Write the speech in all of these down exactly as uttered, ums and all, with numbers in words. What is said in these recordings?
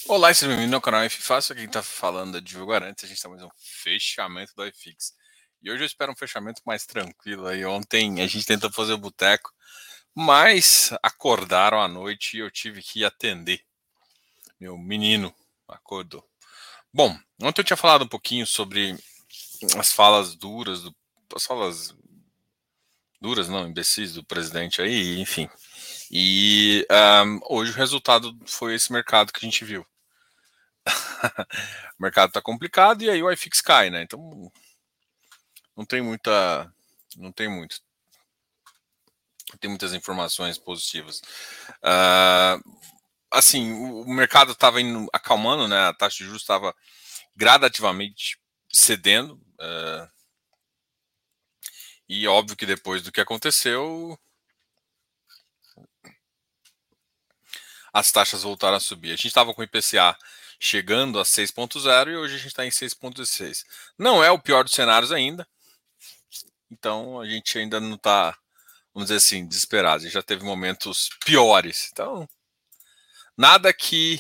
Olá, seja bem-vindo ao canal F Fácil. Quem está falando é Diogo Guarantes. A gente está mais um fechamento do iFix. E hoje eu espero um fechamento mais tranquilo. Aí ontem a gente tentou fazer o boteco, mas acordaram à noite e eu tive que atender. Meu menino acordou. Bom, ontem eu tinha falado um pouquinho sobre as falas duras, do, as falas duras, não, imbecis do presidente aí, enfim. E um, hoje o resultado foi esse mercado que a gente viu. O mercado está complicado e aí o iFix cai, né? Então não tem muita, não tem muito, não tem muitas informações positivas. Uh, assim, o, o mercado estava acalmando, né? A taxa de juros estava gradativamente cedendo. Uh, e óbvio que depois do que aconteceu, as taxas voltaram a subir. A gente estava com o I P C A chegando a seis ponto zero e hoje a gente está em seis ponto seis. Não é o pior dos cenários ainda, então a gente ainda não está, vamos dizer assim, desesperado. A gente já teve momentos piores. Então, nada que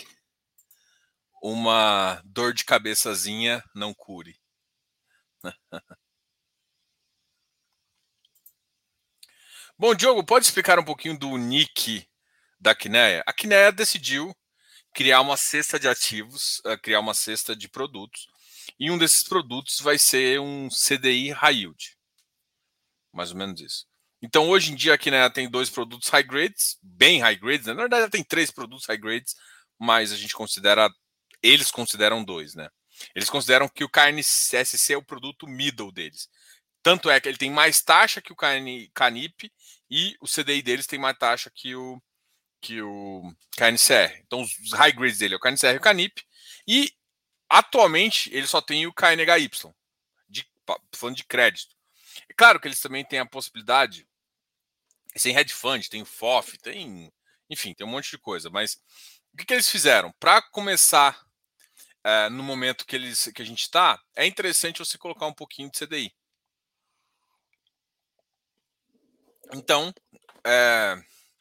uma dor de cabeçazinha não cure. Bom, Diogo, pode explicar um pouquinho do nick da Kinea? A Kinea decidiu criar uma cesta de ativos, uh, criar uma cesta de produtos, e um desses produtos vai ser um C D I High Yield. Mais ou menos isso. Então, hoje em dia, a Kinea tem dois produtos high grades, bem high grades, né? Na verdade, ela tem três produtos high grades, mas a gente considera, eles consideram dois, né? Eles consideram que o K N S C é o produto middle deles. Tanto é que ele tem mais taxa que o Canip e o C D I deles tem mais taxa que o, que o K N C R. Então, os high grades dele é o K N C R e o Canip. E, atualmente, ele só tem o K N H Y, de, falando de crédito. É claro que eles também têm a possibilidade, sem hedge fund, tem o F O F, tem, enfim, tem um monte de coisa. Mas o que, que eles fizeram? Para começar, é, no momento que, eles, que a gente está, é interessante você colocar um pouquinho de C D I. Então, é,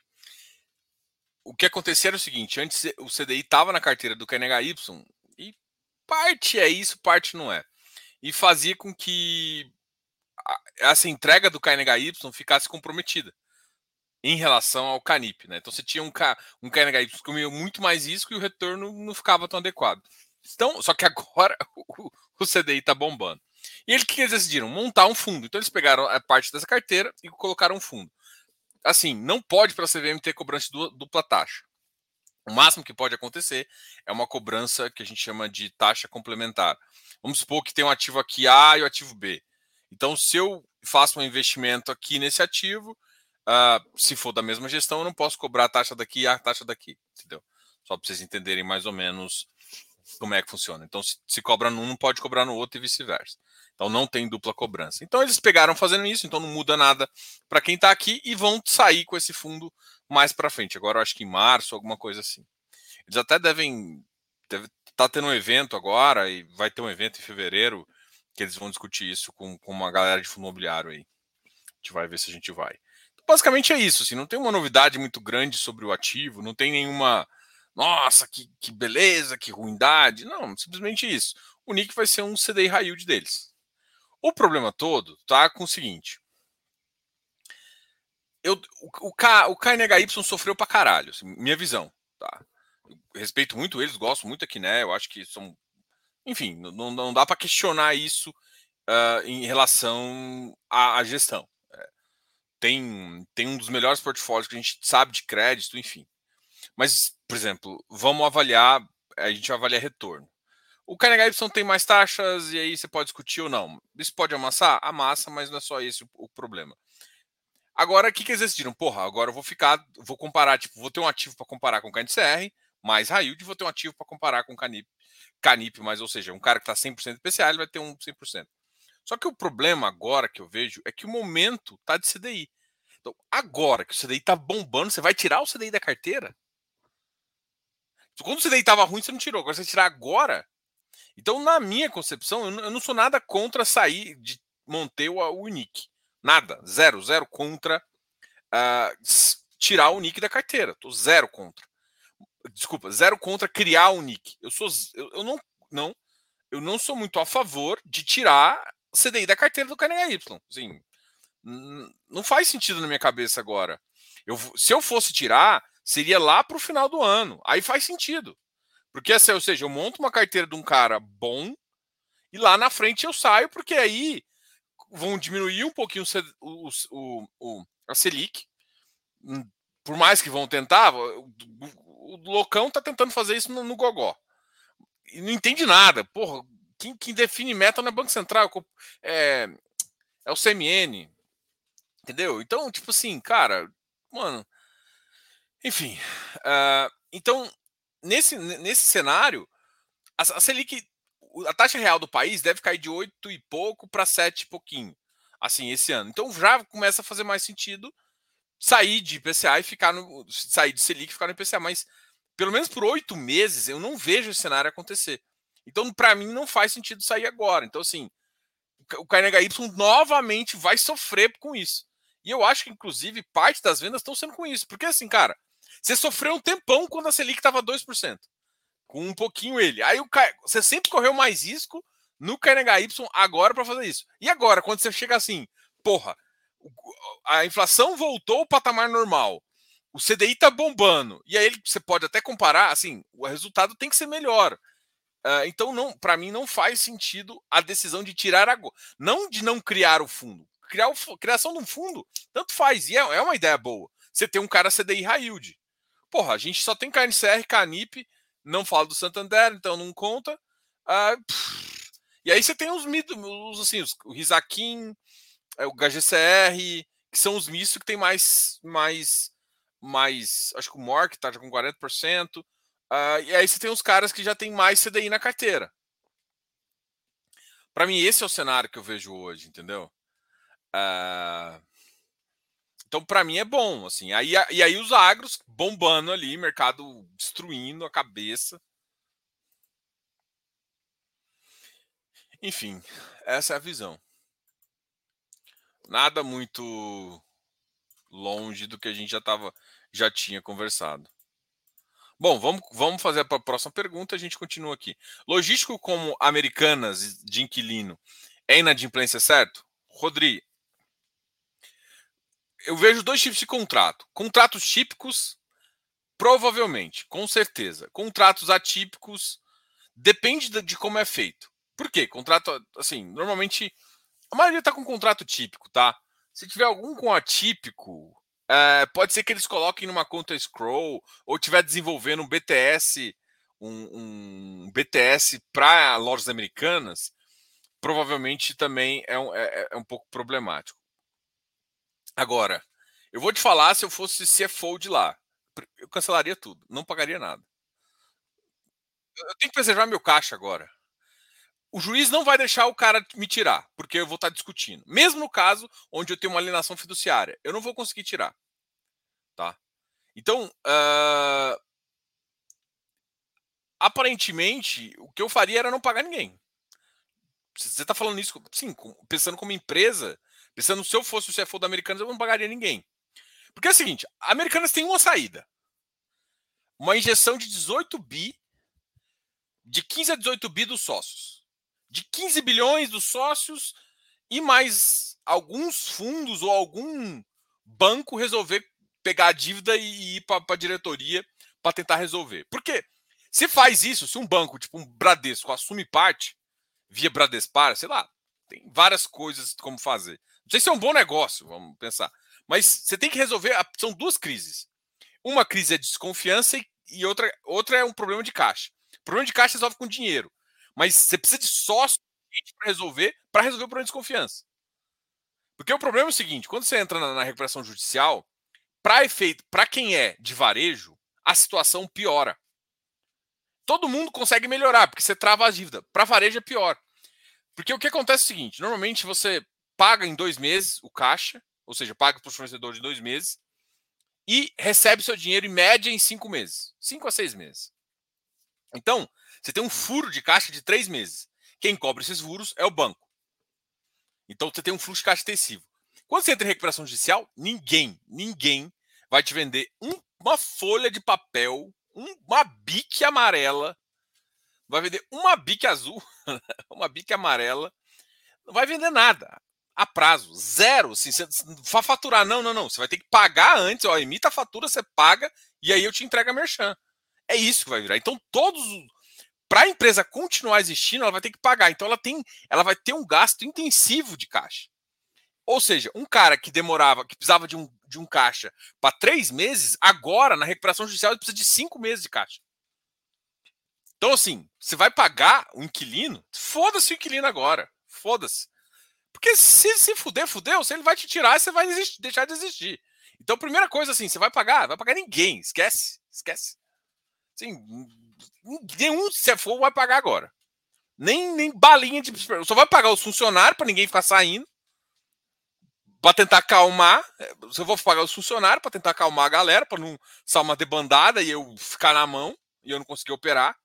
o que acontecia era o seguinte: antes o C D I estava na carteira do K N H Y, e parte é isso, parte não é. E fazia com que essa entrega do K N H Y ficasse comprometida em relação ao Canip, né? Então você tinha um, K, um K N H Y que comia muito mais risco e o retorno não ficava tão adequado. Então, só que agora o, o C D I está bombando. E eles, o que eles decidiram? Montar um fundo. Então eles pegaram a parte dessa carteira e colocaram um fundo. Assim, não pode para a C V M ter cobrança de dupla taxa. O máximo que pode acontecer é uma cobrança que a gente chama de taxa complementar. Vamos supor que tem um ativo aqui A e o ativo B. Então, se eu faço um investimento aqui nesse ativo, uh, se for da mesma gestão, eu não posso cobrar a taxa daqui e a taxa daqui. Entendeu? Só para vocês entenderem mais ou menos como é que funciona. Então, se, se cobra num, não pode cobrar no outro e vice-versa. Então, não tem dupla cobrança. Então, eles pegaram fazendo isso, então não muda nada para quem está aqui e vão sair com esse fundo mais para frente. Agora, eu acho que em março, alguma coisa assim. Eles até devem deve tá tendo um evento agora e vai ter um evento em fevereiro que eles vão discutir isso com, com uma galera de fundo imobiliário aí. A gente vai ver se a gente vai. Então, basicamente é isso. Assim, não tem uma novidade muito grande sobre o ativo, não tem nenhuma. Nossa, que, que beleza, que ruindade. Não, simplesmente isso. O Nick vai ser um C D I high yield deles. O problema todo tá com o seguinte. Eu, o, o, K, o K N H Y sofreu pra caralho, assim, minha visão. Tá? Eu respeito muito eles, gosto muito aqui, né? Eu acho que são. Enfim, não, não dá para questionar isso uh, em relação à, à gestão. É, tem, tem um dos melhores portfólios que a gente sabe de crédito, enfim. Mas, por exemplo, vamos avaliar, a gente avalia retorno. O K N H Y tem mais taxas e aí você pode discutir ou não. Isso pode amassar? Amassa, mas não é só esse o, o problema. Agora, o que, que eles decidiram? Porra, agora eu vou ficar, vou comparar, tipo, vou ter um ativo para comparar com o K N C R, mais high yield, vou ter um ativo para comparar com o Canip, Canip, mas, ou seja, um cara que está cem por cento I P C A, ele vai ter um cem por cento. Só que o problema agora que eu vejo é que o momento tá de C D I. Então, agora que o C D I tá bombando, você vai tirar o C D I da carteira? Quando o C D I tava ruim, você não tirou. Agora você vai tirar agora? Então, na minha concepção, eu não sou nada contra sair de manter o, o nick. Nada. Zero. Zero contra uh, tirar o nick da carteira. Tô zero contra. desculpa, zero contra criar um nick. Eu sou, eu, eu não, não, eu não sou muito a favor de tirar C D I da carteira do K N H Y. Assim, não faz sentido na minha cabeça agora. Eu, se eu fosse tirar, seria lá para o final do ano. Aí faz sentido. Porque, assim, ou seja, eu monto uma carteira de um cara bom e lá na frente eu saio, porque aí vão diminuir um pouquinho o, o, o, a Selic. Por mais que vão tentar, o, o loucão tá tentando fazer isso no, no gogó. E não entende nada. Porra, quem, quem define meta não é Banco Central, é, é o C M N. Entendeu? Então, tipo assim, cara, mano. Enfim. Uh, então, nesse, nesse cenário, a, a Selic, a taxa real do país deve cair de oito e pouco para sete e pouquinho. Assim, esse ano. Então já começa a fazer mais sentido sair de I P C A e ficar no. Sair de Selic e ficar no I P C A. Mas, pelo menos por oito meses, eu não vejo esse cenário acontecer. Então, para mim, não faz sentido sair agora. Então, assim, o K N H Y novamente vai sofrer com isso. E eu acho que, inclusive, parte das vendas estão sendo com isso. Porque, assim, cara, você sofreu um tempão quando a Selic estava dois por cento. Com um pouquinho ele. Aí o K... você sempre correu mais risco no K N H Y agora para fazer isso. E agora, quando você chega assim, porra, a inflação voltou ao patamar normal. O C D I tá bombando. E aí você pode até comparar, assim, o resultado tem que ser melhor. Uh, então, não, para mim, não faz sentido a decisão de tirar agora. Não de não criar o fundo. Criar o, criação de um fundo, tanto faz. E é, é uma ideia boa. Você tem um cara C D I high yield. Porra, a gente só tem K N C R, Canip, não falo do Santander, então não conta. Uh, e aí você tem os mitos, assim, os, o Risaquim, o H G C R, que são os mistos que tem mais, mais, mais. Acho que o Mork tá já com quarenta por cento. Uh, e aí você tem os caras que já tem mais C D I na carteira. Para mim, esse é o cenário que eu vejo hoje, entendeu? Uh, então, para mim, é bom. Assim. Aí, e aí os agros bombando ali, mercado destruindo a cabeça. Enfim, essa é a visão. Nada muito longe do que a gente já, tava, já tinha conversado. Bom, vamos, vamos fazer a próxima pergunta, a gente continua aqui. Logístico como Americanas de inquilino é inadimplência, certo? Rodrigo, eu vejo dois tipos de contrato. Contratos típicos, provavelmente, com certeza. Contratos atípicos, depende de como é feito. Por quê? Contrato, assim, normalmente, a maioria está com contrato típico, tá? Se tiver algum com atípico, é, pode ser que eles coloquem numa conta scroll ou estiver desenvolvendo um B T S, um, um B T S para lojas americanas, provavelmente também é um, é, é um pouco problemático. Agora, eu vou te falar, se eu fosse C F O de lá, eu cancelaria tudo, não pagaria nada. Eu tenho que preservar meu caixa agora. O juiz não vai deixar o cara me tirar, porque eu vou estar discutindo. Mesmo no caso onde eu tenho uma alienação fiduciária, eu não vou conseguir tirar. Tá? Então, uh, aparentemente, o que eu faria era não pagar ninguém. Você está falando isso, sim, pensando como empresa, pensando se eu fosse o C F O da Americanas, eu não pagaria ninguém. Porque é o seguinte, a Americanas tem uma saída. Uma injeção de dezoito bi, de quinze a dezoito bi dos sócios. De quinze bilhões dos sócios e mais alguns fundos ou algum banco resolver pegar a dívida e ir para a diretoria para tentar resolver. Porque se faz isso, se um banco, tipo um Bradesco, assume parte via Bradespar, sei lá, tem várias coisas como fazer. Não sei se é um bom negócio, vamos pensar. Mas você tem que resolver, são duas crises. Uma crise é de desconfiança e outra, outra é um problema de caixa. O problema de caixa resolve com dinheiro. Mas você precisa de sócio para resolver, para resolver o problema de desconfiança. Porque o problema é o seguinte, quando você entra na, na recuperação judicial, para efeito, para quem é de varejo, a situação piora. Todo mundo consegue melhorar, porque você trava a dívida. Para varejo é pior. Porque o que acontece é o seguinte, normalmente você paga em dois meses o caixa, ou seja, paga para o fornecedor de dois meses, e recebe seu dinheiro em média em cinco meses. Cinco a seis meses. Então, você tem um furo de caixa de três meses. Quem cobre esses furos é o banco. Então, você tem um fluxo de caixa extensivo. Quando você entra em recuperação judicial, ninguém, ninguém vai te vender um, uma folha de papel, um, uma bique amarela, vai vender uma bique azul, uma bique amarela, não vai vender nada. A prazo, zero. Assim, você vai faturar, não, não, não. Você vai ter que pagar antes, ó, emita a fatura, você paga, e aí eu te entrego a merchan. É isso que vai virar. Então, todos. Para a empresa continuar existindo, ela vai ter que pagar. Então, ela, tem, ela vai ter um gasto intensivo de caixa. Ou seja, um cara que demorava, que precisava de um, de um caixa para três meses, agora, na recuperação judicial, ele precisa de cinco meses de caixa. Então, assim, você vai pagar o inquilino, foda-se o inquilino agora. Foda-se. Porque se se fuder, fudeu, se ele vai te tirar, você vai desistir, deixar de existir. Então, primeira coisa assim, você vai pagar? Vai pagar ninguém, esquece, esquece. Assim, nenhum, se for, vai pagar agora. Nem, nem balinha de... Só vai pagar os funcionários para ninguém ficar saindo, para tentar acalmar. Eu vou pagar os funcionários para tentar acalmar a galera, para não sair uma debandada e eu ficar na mão e eu não conseguir operar.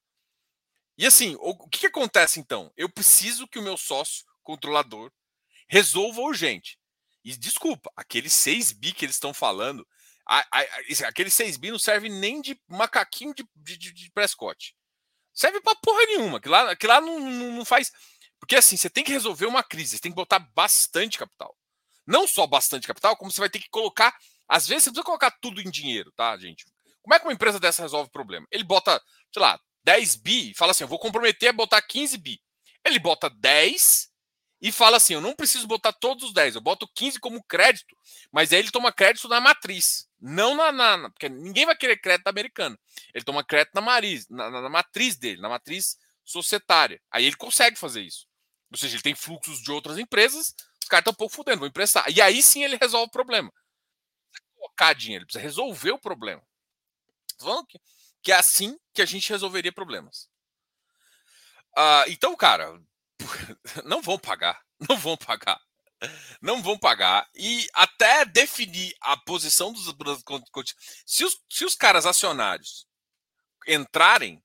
E assim, o que, que acontece então? Eu preciso que o meu sócio controlador resolva urgente. E desculpa, aqueles seis bi que eles estão falando, a, a, a, aqueles seis bi não serve nem de macaquinho de, de, de, de Prescott. Serve pra porra nenhuma. Que lá, que lá não, não, não faz. Porque assim, você tem que resolver uma crise, você tem que botar bastante capital. Não só bastante capital, como você vai ter que colocar. Às vezes você precisa colocar tudo em dinheiro, tá, gente? Como é que uma empresa dessa resolve o problema? Ele bota, sei lá, dez bi e fala assim: eu vou comprometer a botar quinze bi. Ele bota dez e fala assim: eu não preciso botar todos os dez, eu boto quinze como crédito, mas aí ele toma crédito na matriz, não na. na porque ninguém vai querer crédito americano. Ele toma crédito na, mariz, na, na, na matriz dele, na matriz societária. Aí ele consegue fazer isso. Ou seja, ele tem fluxos de outras empresas, os caras estão um pouco fudendo, vão emprestar. E aí sim ele resolve o problema. Não precisa colocar dinheiro, ele precisa resolver o problema. Falando que, que é assim que a gente resolveria problemas. Uh, então, cara, não vão pagar. Não vão pagar. Não vão pagar. E até definir a posição dos. Se os, se os caras acionários entrarem,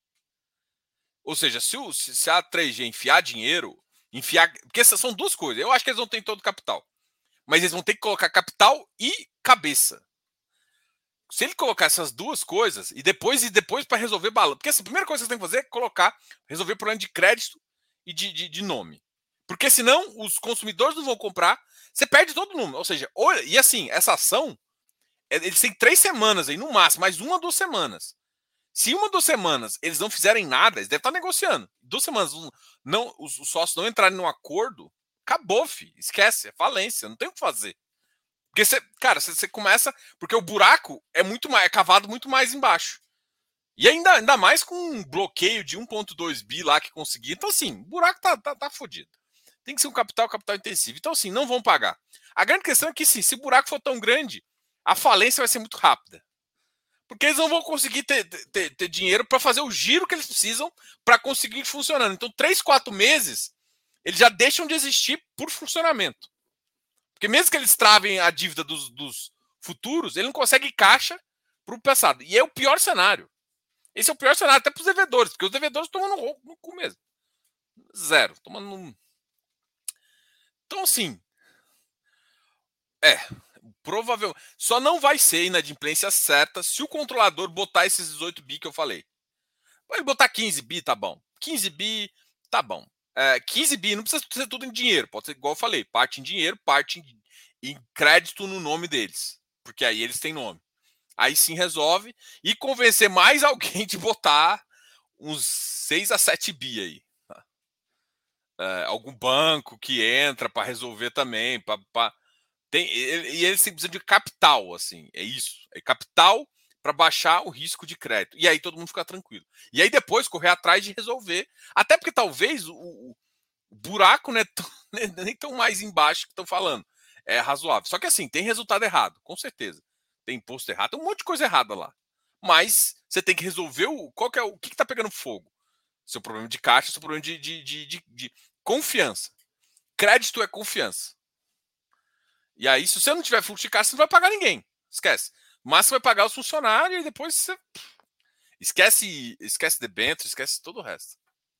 ou seja, se, o, se a três G enfiar dinheiro, enfiar. Porque essas são duas coisas. Eu acho que eles não têm todo o capital. Mas eles vão ter que colocar capital e cabeça. Se ele colocar essas duas coisas, e depois e depois para resolver balanço. Porque assim, a primeira coisa que você tem que fazer é colocar, resolver problema de crédito e de, de, de nome. Porque senão os consumidores não vão comprar, você perde todo o número. Ou seja, olha, e assim, essa ação, eles têm três semanas aí, no máximo, mais uma, duas semanas. Se uma, duas semanas eles não fizerem nada, eles devem estar negociando. Duas semanas, não, os, os sócios não entrarem num acordo, acabou, filho. Esquece, é falência, não tem o que fazer. Porque você, cara, você, você começa. Porque o buraco é muito mais, é cavado muito mais embaixo. E ainda, ainda mais com um bloqueio de um ponto dois bi lá que consegui. Então, assim, o buraco tá, tá, tá fodido. Tem que ser um capital, capital intensivo. Então, assim, não vão pagar. A grande questão é que, sim, se o buraco for tão grande, a falência vai ser muito rápida. Porque eles não vão conseguir ter, ter, ter dinheiro para fazer o giro que eles precisam para conseguir funcionando. Então, três, quatro meses, eles já deixam de existir por funcionamento. Porque mesmo que eles travem a dívida dos, dos futuros, ele não consegue caixa para o passado. E é o pior cenário. Esse é o pior cenário até para os devedores, porque os devedores tomam no, no cu mesmo. Zero. Tomando no... Então, assim. É. Provavelmente. Só não vai ser inadimplência certa se o controlador botar esses dezoito bi que eu falei. Pode botar quinze bi, tá bom. quinze bi, tá bom. É, quinze bi não precisa ser tudo em dinheiro. Pode ser igual eu falei. Parte em dinheiro, parte em, em crédito no nome deles. Porque aí eles têm nome. Aí sim resolve. E convencer mais alguém de botar uns seis a sete bi aí. É, algum banco que entra para resolver também. Pra, pra... Tem, e eles precisam de capital, assim. É isso. É capital para baixar o risco de crédito. E aí todo mundo fica tranquilo. E aí depois correr atrás de resolver. Até porque talvez o, o buraco não é tão, nem tão mais embaixo que estão falando. É razoável. Só que assim, tem resultado errado, com certeza. Tem imposto errado, tem um monte de coisa errada lá. Mas você tem que resolver o. Qual que é o, o que está pegando fogo? Seu problema de caixa, seu problema de, de, de, de, de confiança. Crédito é confiança. E aí, se você não tiver fluxo de caixa, você não vai pagar ninguém. Esquece. Mas você vai pagar os funcionários e depois você. Esquece, esquece debênture, esquece todo o resto.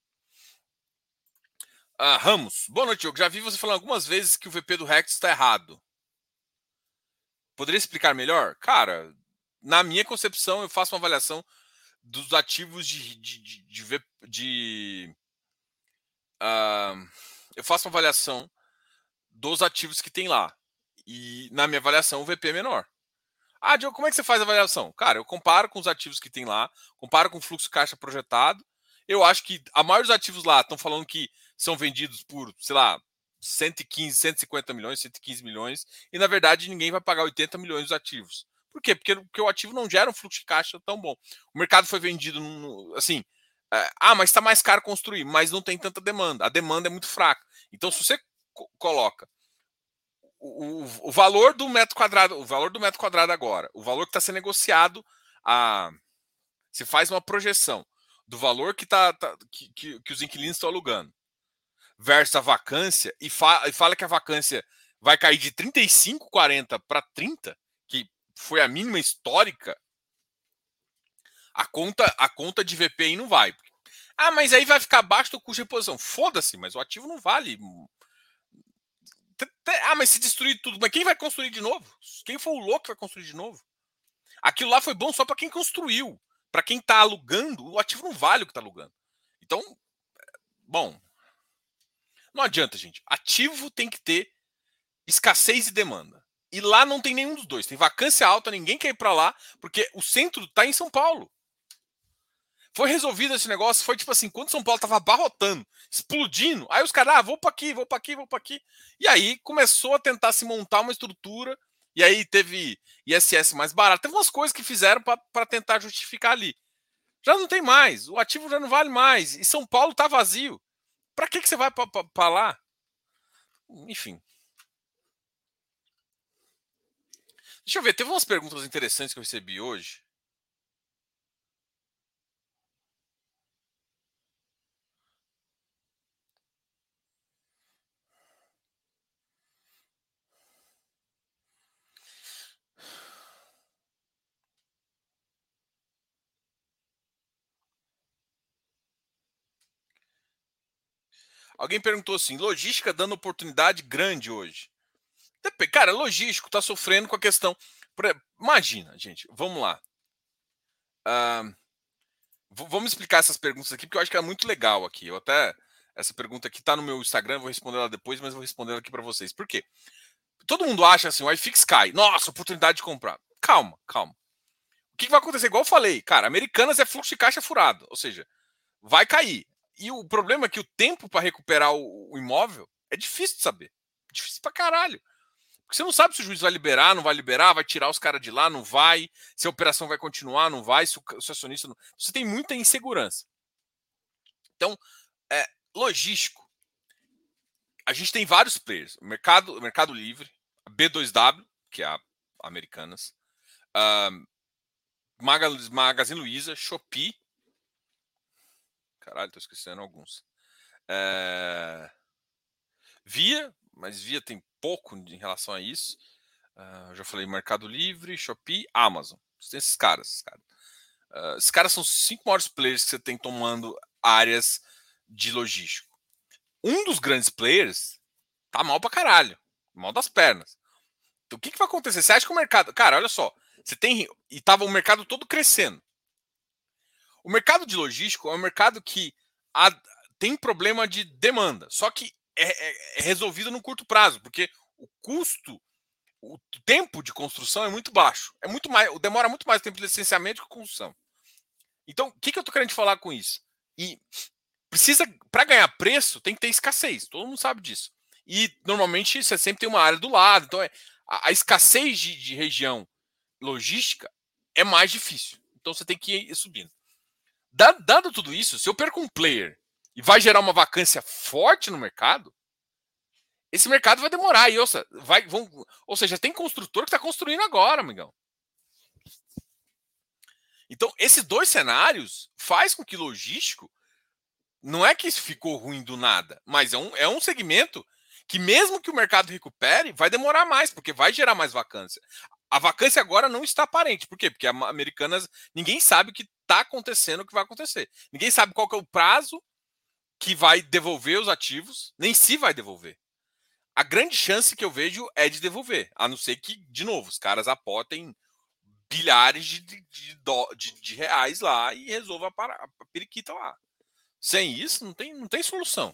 Ah, Ramos. Boa noite, Diogo. Já vi você falando algumas vezes que o V P do Rex está errado. Poderia explicar melhor? Cara, na minha concepção, eu faço uma avaliação. dos ativos de. de, de, de, V- de ah, eu faço uma avaliação dos ativos que tem lá. E na minha avaliação, o V P é menor. Ah, Diogo, como é que você faz a avaliação? Cara, eu comparo com os ativos que tem lá, comparo com o fluxo caixa projetado. Eu acho que a maioria dos ativos lá estão falando que são vendidos por, sei lá, cento e quinze, cento e cinquenta milhões, cento e quinze milhões, e na verdade ninguém vai pagar oitenta milhões dos ativos. Por quê? Porque, porque o ativo não gera um fluxo de caixa tão bom. O mercado foi vendido no, assim, é, ah, mas está mais caro construir, mas não tem tanta demanda. A demanda é muito fraca. Então, se você co- coloca o, o, o valor do metro quadrado, o valor do metro quadrado agora, o valor que está sendo negociado, a, se faz uma projeção do valor que, tá, tá que, que, que os inquilinos estão alugando versus a vacância e, fa, e fala que a vacância vai cair de trinta e cinco, quarenta para trinta, que foi a mínima histórica, a conta, a conta de V P aí não vai. Ah, mas aí vai ficar abaixo do custo de reposição. Foda-se, mas o ativo não vale. Ah, mas se destruir tudo, mas quem vai construir de novo? Quem foi o louco que vai construir de novo? Aquilo lá foi bom só para quem construiu. Para quem está alugando, o ativo não vale o que está alugando. Então, bom, não adianta, gente. Ativo tem que ter escassez e demanda. E lá não tem nenhum dos dois. Tem vacância alta, ninguém quer ir para lá, porque o centro está em São Paulo. Foi resolvido esse negócio, foi tipo assim, quando São Paulo tava abarrotando, explodindo, aí os caras, ah, vou para aqui, vou para aqui, vou para aqui. E aí começou a tentar se montar uma estrutura, e aí teve I S S mais barato, teve umas coisas que fizeram para tentar justificar ali. Já não tem mais, o ativo já não vale mais, e São Paulo tá vazio. Para que, que você vai para lá? Enfim. Deixa eu ver, teve umas perguntas interessantes que eu recebi hoje. Alguém perguntou assim: logística dando oportunidade grande hoje. Cara, logístico tá sofrendo com a questão. Imagina, gente, vamos lá. Ah, vamos explicar essas perguntas aqui, porque eu acho que é muito legal aqui. Eu até. Essa pergunta aqui tá no meu Instagram, vou responder ela depois, mas vou responder ela aqui para vocês. Por quê? Todo mundo acha assim, o iFix cai. Nossa, oportunidade de comprar. Calma, calma. O que vai acontecer? Igual eu falei, cara, Americanas é fluxo de caixa furado. Ou seja, vai cair. E o problema é que o tempo para recuperar o, o imóvel é difícil de saber. Difícil pra caralho. Porque você não sabe se o juiz vai liberar, não vai liberar, vai tirar os caras de lá, não vai, se a operação vai continuar, não vai, se o, se o acionista não. Você tem muita insegurança. Então, é, logístico. A gente tem vários players. O Mercado, o Mercado Livre, a B dois W, que é a Americanas, a Magazine Luiza, Shopee. Caralho, tô esquecendo alguns. É, Via, mas Via tem pouco em relação a isso. Uh, já falei Mercado Livre, Shopee, Amazon. Você tem esses caras. Esses caras. Uh, esses caras são os cinco maiores players que você tem tomando áreas de logístico. Um dos grandes players tá mal pra caralho. Mal das pernas. Então o que, que vai acontecer? Você acha que o mercado. Cara, olha só. Você tem. E tava o mercado todo crescendo. O mercado de logístico é um mercado que há, tem problema de demanda. Só que é, é, é resolvido no curto prazo, porque o custo, o tempo de construção é muito baixo. É muito mais, demora muito mais tempo de licenciamento que construção. Então, o que, que eu estou querendo falar com isso? E precisa, para ganhar preço, tem que ter escassez. Todo mundo sabe disso. E normalmente você sempre tem uma área do lado. Então, é, a, a escassez de, de região logística é mais difícil. Então, você tem que ir subindo. Dado, dado tudo isso, se eu perco um player e vai gerar uma vacância forte no mercado, esse mercado vai demorar. E, ouça, vai, vão, ou seja, tem construtor que está construindo agora, amigão. Então, esses dois cenários faz com que logístico não é que isso ficou ruim do nada, mas é um, é um segmento que, mesmo que o mercado recupere, vai demorar mais, porque vai gerar mais vacância. A vacância agora não está aparente. Por quê? Porque a Americanas, ninguém sabe o que está acontecendo, o que vai acontecer. Ninguém sabe qual que é o prazo que vai devolver os ativos, nem se vai devolver. A grande chance que eu vejo é de devolver, a não ser que, de novo, os caras aportem bilhares de, de, de, de, de reais lá e resolva a, para, a periquita lá. Sem isso, não tem, não tem solução.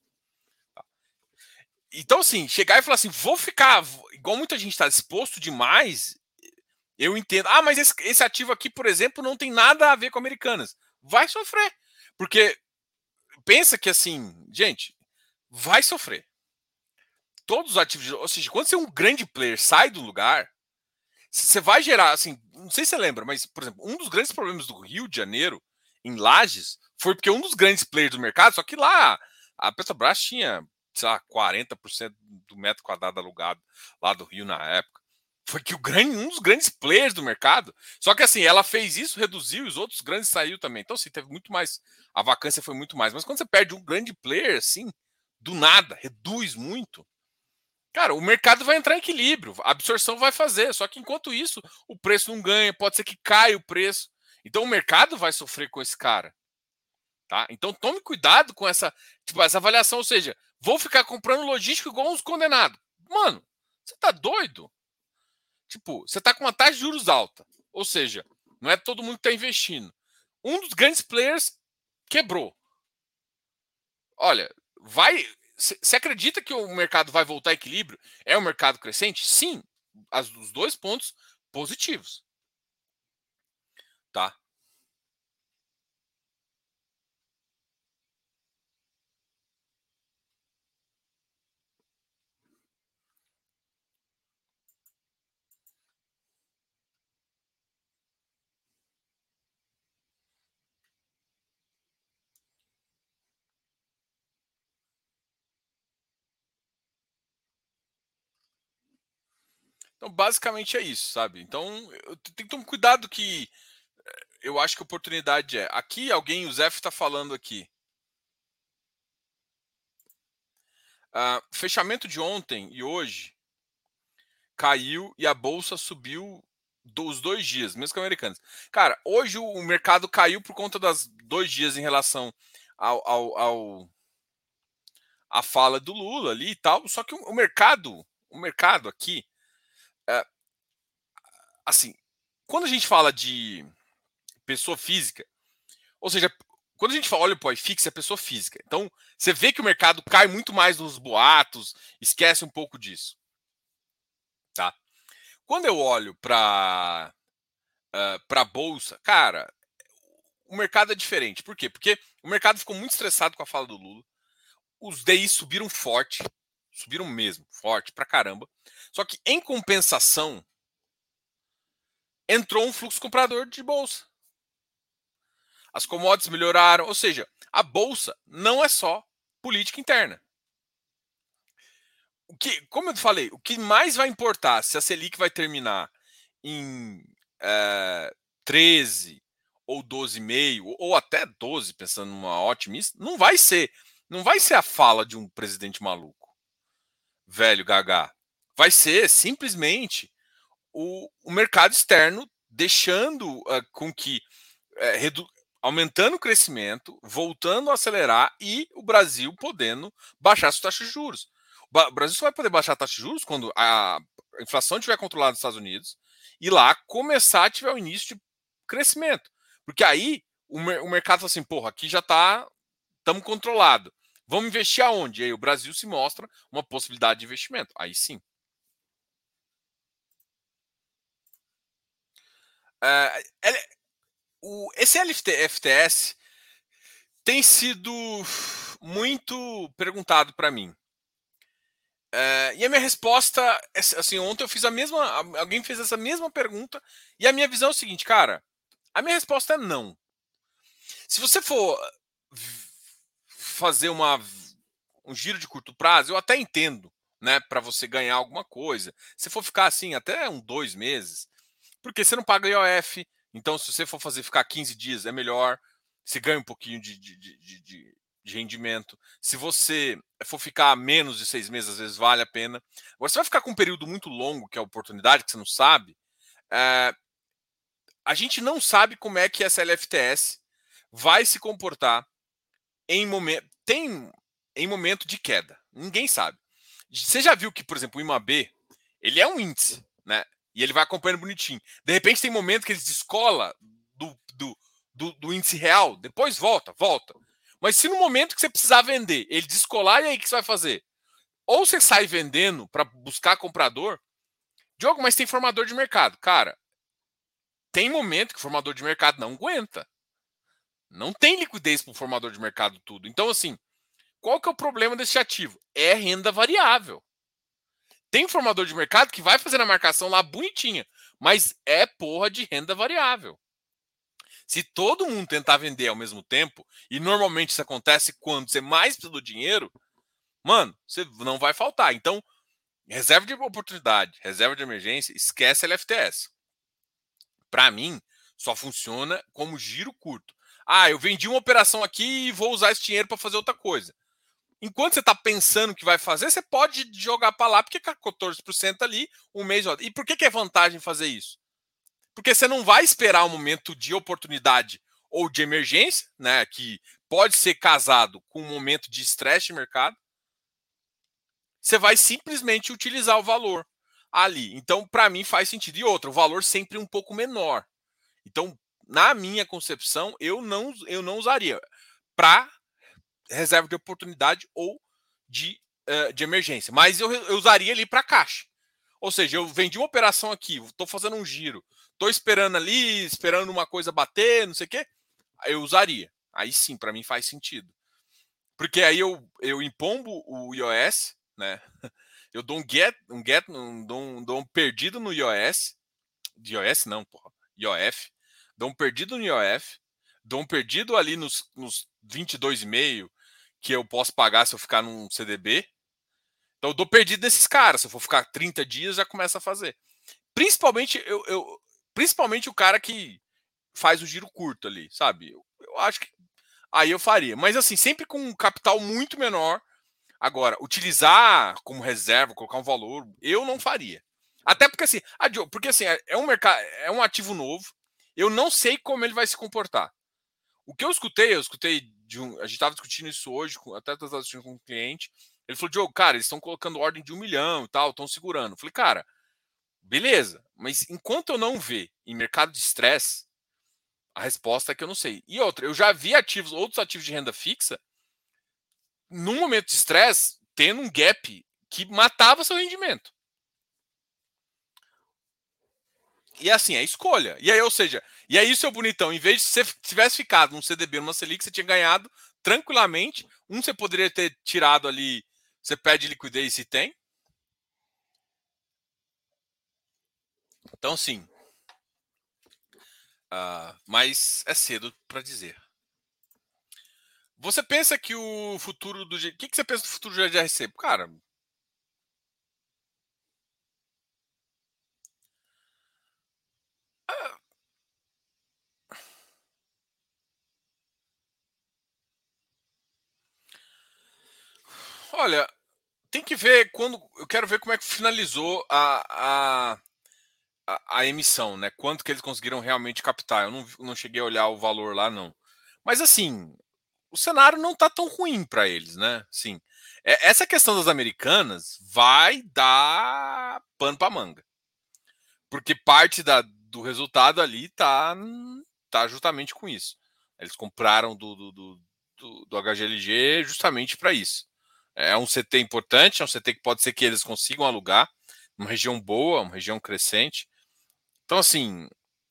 Então, assim, chegar e falar assim, vou ficar, igual muita gente está disposto demais, eu entendo. Ah, mas esse, esse ativo aqui, por exemplo, não tem nada a ver com Americanas. Vai sofrer. Porque pensa que, assim, gente, vai sofrer. Todos os ativos, ou seja, quando você é um grande player, sai do lugar, você vai gerar, assim, não sei se você lembra, mas, por exemplo, um dos grandes problemas do Rio de Janeiro, em Lages, foi porque um dos grandes players do mercado, só que lá a Petrobras tinha, sei lá, quarenta por cento do metro quadrado alugado lá do Rio na época. Foi que o grande, um dos grandes players do mercado, só que assim, ela fez isso, reduziu, e os outros grandes saiu também. Então, assim, teve muito mais, a vacância foi muito mais. Mas quando você perde um grande player, assim, do nada, reduz muito, cara, o mercado vai entrar em equilíbrio, a absorção vai fazer, só que enquanto isso, o preço não ganha, pode ser que caia o preço. Então o mercado vai sofrer com esse cara. Tá? Então tome cuidado com essa, tipo, essa avaliação, ou seja, vou ficar comprando logístico igual uns condenados. Mano, você tá doido? Tipo, você tá com uma taxa de juros alta, ou seja, não é todo mundo que tá investindo. Um dos grandes players quebrou. Olha, vai. Você acredita que o mercado vai voltar a equilíbrio? É um mercado crescente? Sim, as, os dois pontos positivos. Tá? Então, basicamente é isso, sabe? Então, eu tenho que tomar cuidado que eu acho que a oportunidade é. Aqui, alguém, o Zef está falando aqui. Uh, fechamento de ontem e hoje caiu e a bolsa subiu dos dois dias, mesmo que americanos. Cara, hoje o mercado caiu por conta das dois dias em relação ao, ao, ao a fala do Lula ali e tal. Só que o, mercado, o mercado aqui, é, assim, quando a gente fala de pessoa física, ou seja, quando a gente fala, olha o iFix, é pessoa física. Então, você vê que o mercado cai muito mais nos boatos, esquece um pouco disso. Tá? Quando eu olho para uh, para a bolsa, cara, o mercado é diferente. Por quê? Porque o mercado ficou muito estressado com a fala do Lula. Os D Is subiram forte, subiram mesmo, forte pra caramba. Só que em compensação, entrou um fluxo comprador de bolsa. As commodities melhoraram, ou seja, a bolsa não é só política interna. O que, como eu falei, o que mais vai importar se a Selic vai terminar em é, treze ou doze vírgula cinco ou até doze, pensando numa otimista, não vai ser, não vai ser a fala de um presidente maluco, velho gaga. Vai ser simplesmente o, o mercado externo deixando uh, com que é, redu... aumentando o crescimento, voltando a acelerar e o Brasil podendo baixar sua taxa de juros. O Brasil só vai poder baixar a taxa de juros quando a inflação estiver controlada nos Estados Unidos e lá começar a tiver o início de crescimento. Porque aí o, mer o mercado fala assim, porra, aqui já está, estamos controlado. Vamos investir aonde? E aí o Brasil se mostra uma possibilidade de investimento. Aí sim. É, é, o, esse F T S tem sido muito perguntado para mim. É, e a minha resposta, assim, ontem eu fiz a mesma, alguém fez essa mesma pergunta e a minha visão é o seguinte, cara, a minha resposta é não. Se você for fazer uma, um giro de curto prazo, eu até entendo, né, para você ganhar alguma coisa. Se for ficar assim até um dois meses, porque você não paga I O F, então se você for fazer ficar quinze dias é melhor, você ganha um pouquinho de, de, de, de, de rendimento. Se você for ficar menos de seis meses, às vezes vale a pena. Agora, você vai ficar com um período muito longo, que é a oportunidade, que você não sabe, é, a gente não sabe como é que essa L F T S vai se comportar em momento, tem, em momento de queda. Ninguém sabe. Você já viu que, por exemplo, o I M A B, ele é um índice, né? E ele vai acompanhando bonitinho. De repente tem momento que ele descola do, do, do, do índice real, depois volta, volta. Mas se no momento que você precisar vender, ele descolar, e aí o que você vai fazer? Ou você sai vendendo para buscar comprador. Diogo, mas tem formador de mercado. Cara, tem momento que o formador de mercado não aguenta. Não tem liquidez para o formador de mercado tudo. Então, assim, qual que é o problema desse ativo? É renda variável. Tem formador de mercado que vai fazer a marcação lá bonitinha, mas é porra de renda variável. Se todo mundo tentar vender ao mesmo tempo, e normalmente isso acontece quando você mais precisa do dinheiro, mano, você não vai faltar. Então, reserva de oportunidade, reserva de emergência, esquece L F T S. Para mim, só funciona como giro curto. Ah, eu vendi uma operação aqui e vou usar esse dinheiro para fazer outra coisa. Enquanto você está pensando o que vai fazer, você pode jogar para lá, porque com quatorze por cento ali, um mês. E por que, que é vantagem fazer isso? Porque você não vai esperar um momento de oportunidade ou de emergência, né, que pode ser casado com um momento de estresse de mercado. Você vai simplesmente utilizar o valor ali. Então, para mim, faz sentido. E outra, o valor sempre um pouco menor. Então, na minha concepção, eu não, eu não usaria para reserva de oportunidade ou de, uh, de emergência. Mas eu, eu usaria ali para caixa. Ou seja, eu vendi uma operação aqui, estou fazendo um giro, estou esperando ali, esperando uma coisa bater, não sei o quê, eu usaria. Aí sim, para mim faz sentido. Porque aí eu, eu empombo o I O S, né? Eu dou um get, um get, um, dou, um, dou um perdido no I O S. De I O S não, porra. I O F. Dou um perdido no I O F. Dou um perdido ali nos, nos vinte e dois vírgula cinco que eu posso pagar se eu ficar num C D B. Então eu dou perdido nesses caras. Se eu for ficar trinta dias, já começa a fazer. Principalmente, eu, eu, principalmente o cara que faz o giro curto ali, sabe? Eu, eu acho que aí eu faria. Mas assim, sempre com um capital muito menor. Agora, utilizar como reserva, colocar um valor, eu não faria. Até porque assim, porque assim, é um mercado, é um ativo novo. Eu não sei como ele vai se comportar. O que eu escutei, eu escutei de um, a gente estava discutindo isso hoje, até estava discutindo com um cliente. Ele falou, Diogo, cara, eles estão colocando ordem de um milhão e tal, estão segurando. Eu falei, cara, beleza, mas enquanto eu não ver em mercado de estresse, a resposta é que eu não sei. E outra, eu já vi ativos, outros ativos de renda fixa, num momento de estresse, tendo um gap que matava seu rendimento. E assim, é escolha. E aí, ou seja, e aí, seu bonitão, em vez de você tivesse ficado num C D B, numa Selic, você tinha ganhado tranquilamente. Um, você poderia ter tirado ali, você pede liquidez se tem. Então, sim. Uh, mas é cedo para dizer. Você pensa que o futuro do... O que, que você pensa do futuro do G R C? Cara... Olha, tem que ver quando... Eu quero ver como é que finalizou a, a, a, a emissão, né? Quanto que eles conseguiram realmente captar. Eu não, não cheguei a olhar o valor lá, não. Mas assim, o cenário não tá tão ruim para eles, né? Sim. É, essa questão das americanas vai dar pano para manga. Porque parte da, do resultado ali tá, tá justamente com isso. Eles compraram do, do, do, do, do H G L G justamente para isso. É um C T importante, é um C T que pode ser que eles consigam alugar, uma região boa, uma região crescente. Então, assim,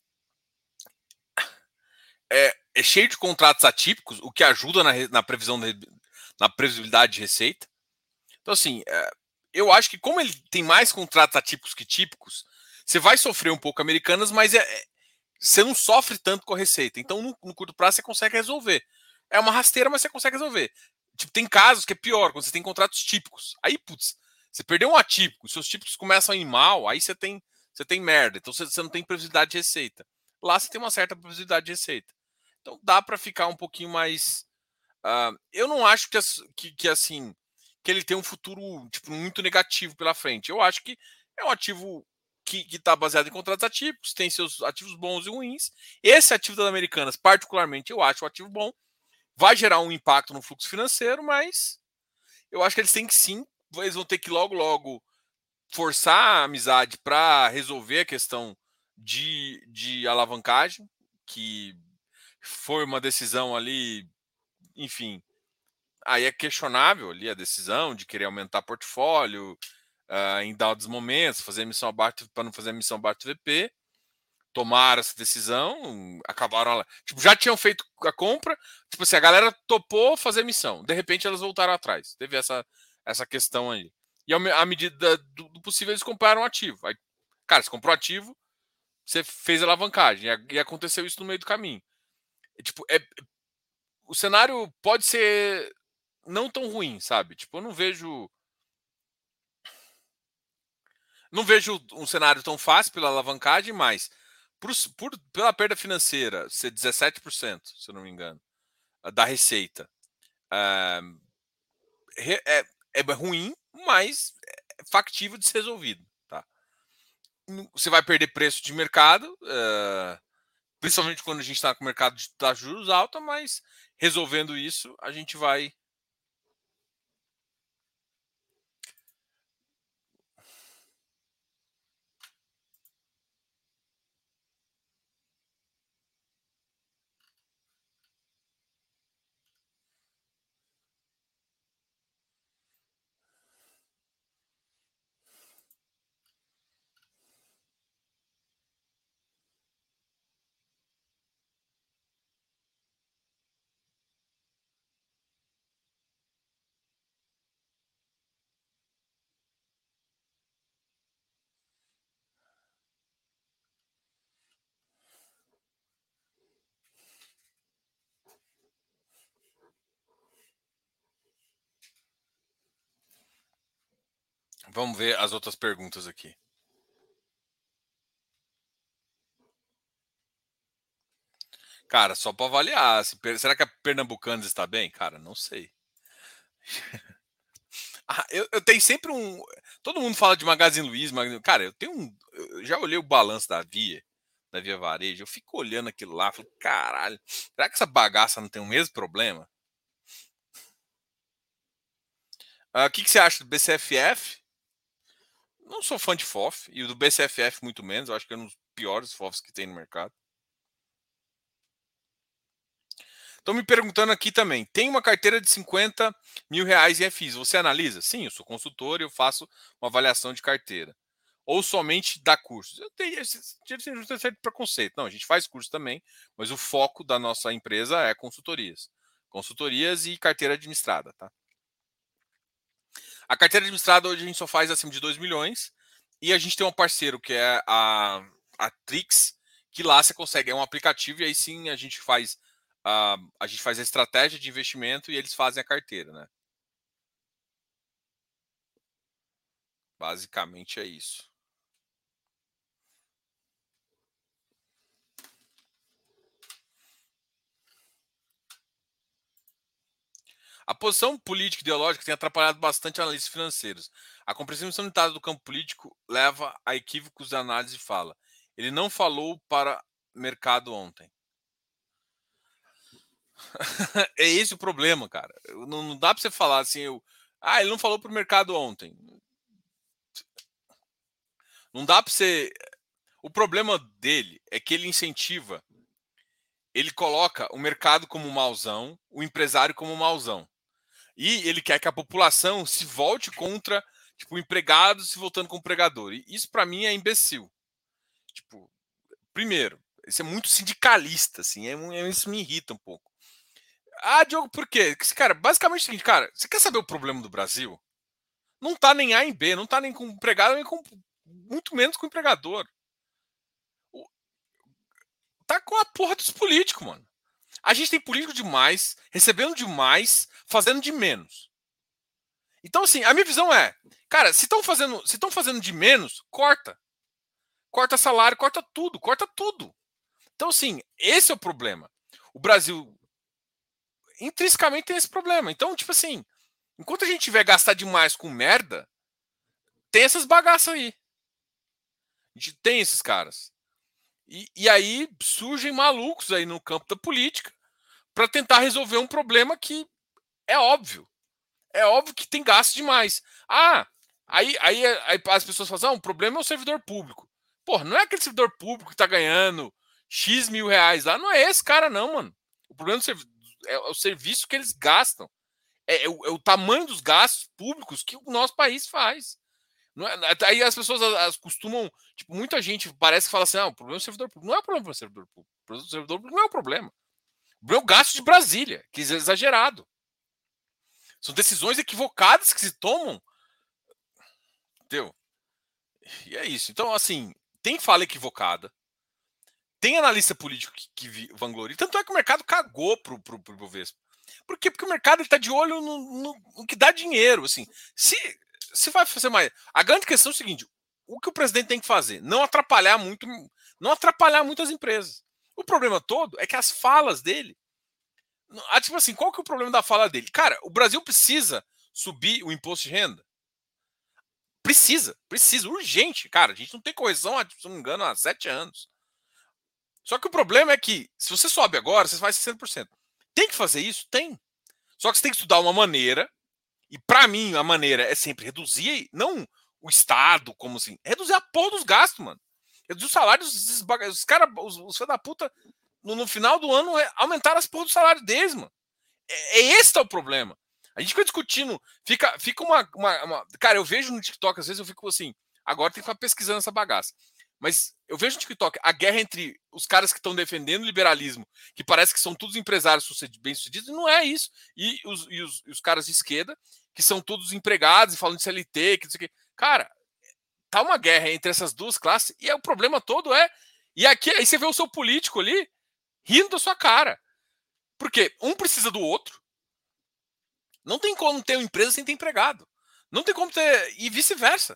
é, é cheio de contratos atípicos, o que ajuda na, na previsão de, na previsibilidade de receita. Então, assim, é, eu acho que como ele tem mais contratos atípicos que típicos, você vai sofrer um pouco americanas, mas é, é, você não sofre tanto com a receita. Então, no, no curto prazo, você consegue resolver. É uma rasteira, mas você consegue resolver. Tipo, tem casos que é pior, quando você tem contratos típicos. Aí, putz, você perdeu um atípico, seus típicos começam a ir mal, aí você tem, você tem merda. Então, você, você não tem previsibilidade de receita. Lá você tem uma certa previsibilidade de receita. Então, dá para ficar um pouquinho mais... Uh, eu não acho que, que, que assim que ele tem um futuro tipo, muito negativo pela frente. Eu acho que é um ativo que está baseado em contratos atípicos, tem seus ativos bons e ruins. Esse ativo das Americanas, particularmente, eu acho um ativo bom. Vai gerar um impacto no fluxo financeiro, mas eu acho que eles têm que sim, eles vão ter que logo, logo forçar a amizade para resolver a questão de, de alavancagem, que foi uma decisão ali, enfim, aí é questionável ali a decisão de querer aumentar portfólio uh, em dados momentos, fazer emissão abaixo para não fazer emissão abaixo do V P. Tomaram essa decisão, acabaram, tipo, já tinham feito a compra, tipo assim, a galera topou fazer emissão, de repente elas voltaram atrás, teve essa, essa questão aí. E à medida do, do possível eles compraram ativo. Aí, cara, você comprou ativo, você fez alavancagem, e aconteceu isso no meio do caminho. E, tipo, é, o cenário pode ser não tão ruim, sabe? Tipo, eu não vejo não vejo um cenário tão fácil pela alavancagem, mas por, por, pela perda financeira ser dezessete por cento, se eu não me engano, da receita, é, é, é ruim, mas é factível de ser resolvido. Tá? Você vai perder preço de mercado, é, principalmente quando a gente está com o mercado de taxa de juros alta, mas resolvendo isso, a gente vai. Vamos ver as outras perguntas aqui. Cara, só para avaliar. Será que a Pernambucanas está bem? Cara, não sei. Ah, eu, eu, tenho sempre um. Todo mundo fala de Magazine Luiza, mas, cara, eu tenho um. Eu já olhei o balanço da Via, da Via Varejo, eu fico olhando aquilo lá, falo, caralho, será que essa bagaça não tem o mesmo problema? O uh, que, que você acha do B C F F? Não sou fã de F O F, e o do B C F F muito menos, eu acho que é um dos piores F O Fs que tem no mercado. Estão me perguntando aqui também, tem uma carteira de cinquenta mil reais em F Is, você analisa? Sim, eu sou consultor e eu faço uma avaliação de carteira. Ou somente dá cursos? Eu tenho esse certo preconceito. Não, a gente faz curso também, mas o foco da nossa empresa é consultorias. Consultorias e carteira administrada, tá? A carteira administrada hoje a gente só faz acima de dois milhões e a gente tem um parceiro que é a, a Trix, que lá você consegue, é um aplicativo e aí sim a gente faz a, a gente faz a estratégia de investimento e eles fazem a carteira, né? Basicamente é isso. A posição política e ideológica tem atrapalhado bastante analistas financeiros. A compreensão limitada do campo político leva a equívocos de análise e fala. Ele não falou para mercado ontem. É esse o problema, cara. Não, não dá para você falar assim, eu, ah, ele não falou para o mercado ontem. Não dá para você. O problema dele é que ele incentiva, ele coloca o mercado como mauzão, o empresário como mauzão. E ele quer que a população se volte contra, tipo, o empregado se voltando com o empregador. E isso para mim é imbecil. Tipo, primeiro, isso é muito sindicalista, assim, é, é, isso me irrita um pouco. Ah, Diogo, por quê? Cara, basicamente é o seguinte, cara, você quer saber o problema do Brasil? Não tá nem A em B, não tá nem com o empregado, nem com muito menos com o empregador. O, tá com a porra dos políticos, mano. A gente tem político demais, recebendo demais, fazendo de menos. Então, assim, a minha visão é, cara, se estão fazendo, se estão fazendo de menos, corta. Corta salário, corta tudo, corta tudo. Então, assim, esse é o problema. O Brasil intrinsecamente tem esse problema. Então, tipo assim, enquanto a gente tiver gastar demais com merda, tem essas bagaças aí. A gente tem esses caras. E, e aí surgem malucos aí no campo da política para tentar resolver um problema que é óbvio. É óbvio que tem gasto demais. Ah, Aí, aí, aí as pessoas falam, ah, o problema é o servidor público. Porra, não é aquele servidor público que tá ganhando X mil reais lá. Não é esse cara, não, mano. O problema é o serviço que eles gastam. É, é, o, é o tamanho dos gastos públicos que o nosso país faz. Não é, aí as pessoas as, as costumam. Tipo, muita gente parece que fala assim: ah, o problema é o servidor público. Não é o problema do servidor público. O problema do servidor público não é o problema. O problema é o gasto de Brasília, que é exagerado. São decisões equivocadas que se tomam. Entendeu? E é isso. Então, assim, tem fala equivocada. Tem analista político que, que vangloria. Tanto é que o mercado cagou pro, pro, pro Bovespa. Por quê? Porque o mercado está de olho no, no, no que dá dinheiro. Assim, se, se vai fazer mais. A grande questão é o seguinte: o que o presidente tem que fazer? Não atrapalhar muito, não atrapalhar muito as empresas. O problema todo é que as falas dele. Ah, tipo assim, qual que é o problema da fala dele? Cara, o Brasil precisa subir o imposto de renda. Precisa, precisa, urgente. Cara, a gente não tem correção, se não me engano, há sete anos. Só que o problema é que, se você sobe agora, você faz sessenta por cento. Tem que fazer isso? Tem. Só que você tem que estudar uma maneira, e para mim a maneira é sempre reduzir, não o Estado, como assim, reduzir a porra dos gastos, mano. Reduzir os salários, os caras, os, os filhos da puta, no, no, final do ano, é aumentar as porra do salário deles, mano. É, é esse é o problema. A gente fica discutindo, fica, fica uma, uma, uma. Cara, eu vejo no TikTok, às vezes eu fico assim, agora tem que ficar pesquisando essa bagaça. Mas eu vejo no TikTok a guerra entre os caras que estão defendendo o liberalismo, que parece que são todos empresários bem-sucedidos, e não é isso. E os, e, os, e os caras de esquerda, que são todos empregados e falam de C L T, que não sei o quê. Cara, tá uma guerra entre essas duas classes, e é, o problema todo é. E aqui, aí você vê o seu político ali rindo da sua cara. Porque um precisa do outro. Não tem como ter uma empresa sem ter empregado. Não tem como ter. E vice-versa.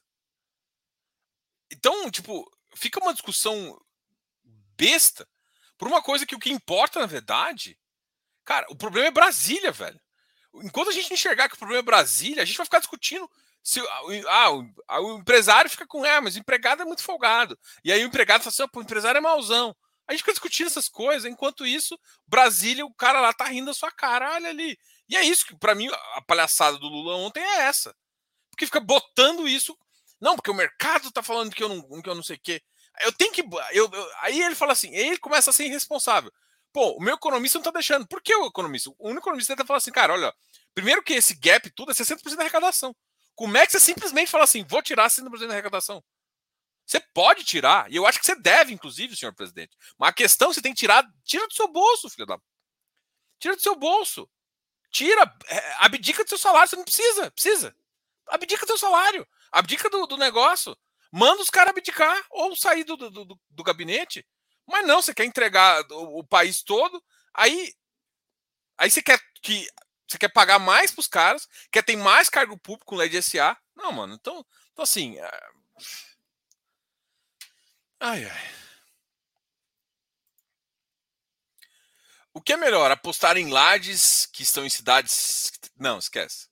Então, tipo, fica uma discussão besta por uma coisa que o que importa, na verdade, cara, o problema é Brasília, velho. Enquanto a gente enxergar que o problema é Brasília, a gente vai ficar discutindo se ah, o, o empresário fica com, é, mas o empregado é muito folgado. E aí o empregado fala assim, pô, o empresário é mauzão. A gente fica discutindo essas coisas, enquanto isso, Brasília, o cara lá tá rindo da sua cara, olha ali. E é isso que, pra mim, a palhaçada do Lula ontem é essa. Porque fica botando isso. Não, porque o mercado tá falando que eu não, que eu não sei o quê. Eu tenho que. Eu, eu, aí ele fala assim, ele começa a ser irresponsável. Pô, o meu economista não tá deixando. Por que o economista? O único economista tenta falar assim, cara, olha, primeiro que esse gap tudo é sessenta por cento da arrecadação. Como é que você simplesmente fala assim, vou tirar sessenta por cento da arrecadação? Você pode tirar, e eu acho que você deve, inclusive, senhor presidente. Mas a questão você tem que tirar, tira do seu bolso, filho da. Tira do seu bolso. Tira, abdica do seu salário, você não precisa, precisa. Abdica do seu salário, abdica do, do negócio. Manda os caras abdicar ou sair do, do, do, do gabinete. Mas não, você quer entregar o, o país todo, aí, aí você quer que você quer pagar mais para os caras, quer ter mais cargo público com lei de S A. Não, mano, então, então assim. É... Ai, ai. O que é melhor, apostar em lajes que estão em cidades. Não, esquece.